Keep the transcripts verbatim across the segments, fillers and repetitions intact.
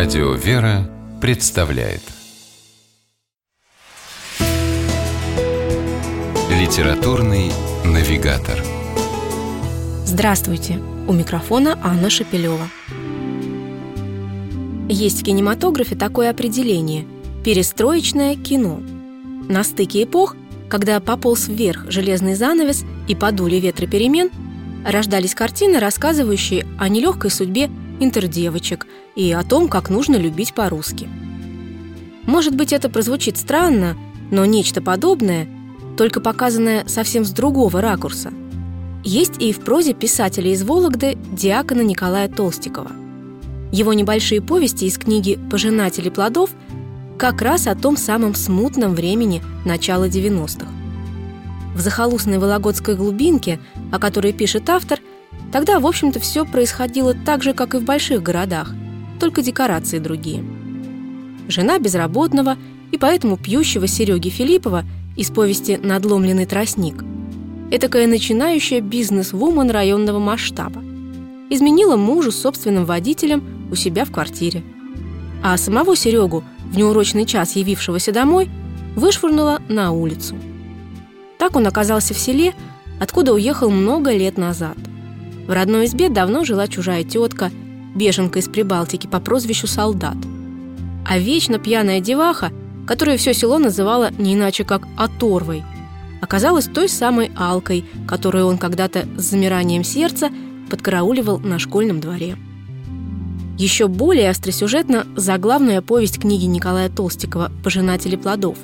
Радио «Вера» представляет Литературный навигатор. Здравствуйте! У микрофона Анна Шепелева. Есть в кинематографе такое определение – перестроечное кино. На стыке эпох, когда пополз вверх железный занавес и подули ветры перемен, рождались картины, рассказывающие о нелегкой судьбе интердевочек и о том, как нужно любить по-русски. Может быть, это прозвучит странно, но нечто подобное, только показанное совсем с другого ракурса, есть и в прозе писателя из Вологды диакона Николая Толстикова. Его небольшие повести из книги «Пожинатели плодов» как раз о том самом смутном времени начала девяностых. В захолустной вологодской глубинке, о которой пишет автор, тогда, в общем-то, все происходило так же, как и в больших городах, только декорации другие. Жена безработного и поэтому пьющего Сереги Филиппова из повести «Надломленный тростник» – этакая начинающая бизнес-вумен районного масштаба. Изменила мужу с собственным водителем у себя в квартире. А самого Серегу, в неурочный час явившегося домой, вышвырнула на улицу. Так он оказался в селе, откуда уехал много лет назад. В родной избе давно жила чужая тетка, беженка из Прибалтики по прозвищу Солдат. А вечно пьяная деваха, которую все село называло не иначе как оторвой, оказалась той самой Алкой, которую он когда-то с замиранием сердца подкарауливал на школьном дворе. Еще более остросюжетна заглавная повесть книги Николая Толстикова «Пожинатели плодов».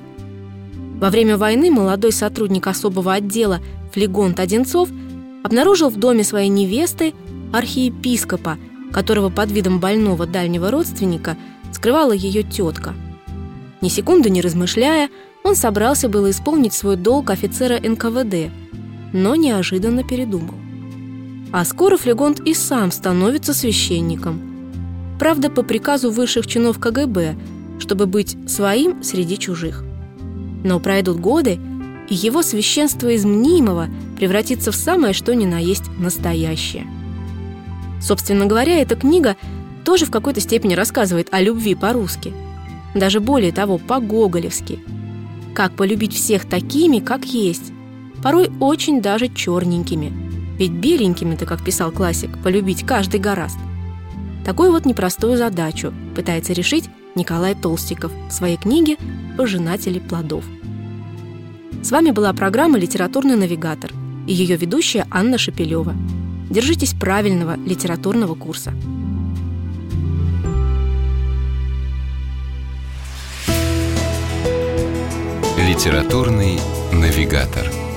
Во время войны молодой сотрудник особого отдела Флегонт Одинцов обнаружил в доме своей невесты архиепископа, которого под видом больного дальнего родственника скрывала ее тетка. Ни секунды не размышляя, он собрался было исполнить свой долг офицера эн ка вэ дэ, но неожиданно передумал. А скоро Флегонт и сам становится священником. Правда, по приказу высших чинов ка гэ бэ, чтобы быть своим среди чужих. Но пройдут годы, и его священство из мнимого превратится в самое что ни на есть настоящее. Собственно говоря, эта книга тоже в какой-то степени рассказывает о любви по-русски. Даже более того, по-гоголевски. Как полюбить всех такими, как есть, порой очень даже черненькими. Ведь беленькими-то, как писал классик, полюбить каждый горазд. Такую вот непростую задачу пытается решить Николай Толстиков в своей книге «Пожинатели плодов». С вами была программа «Литературный навигатор» и ее ведущая Анна Шепелева. Держитесь правильного литературного курса. Литературный навигатор.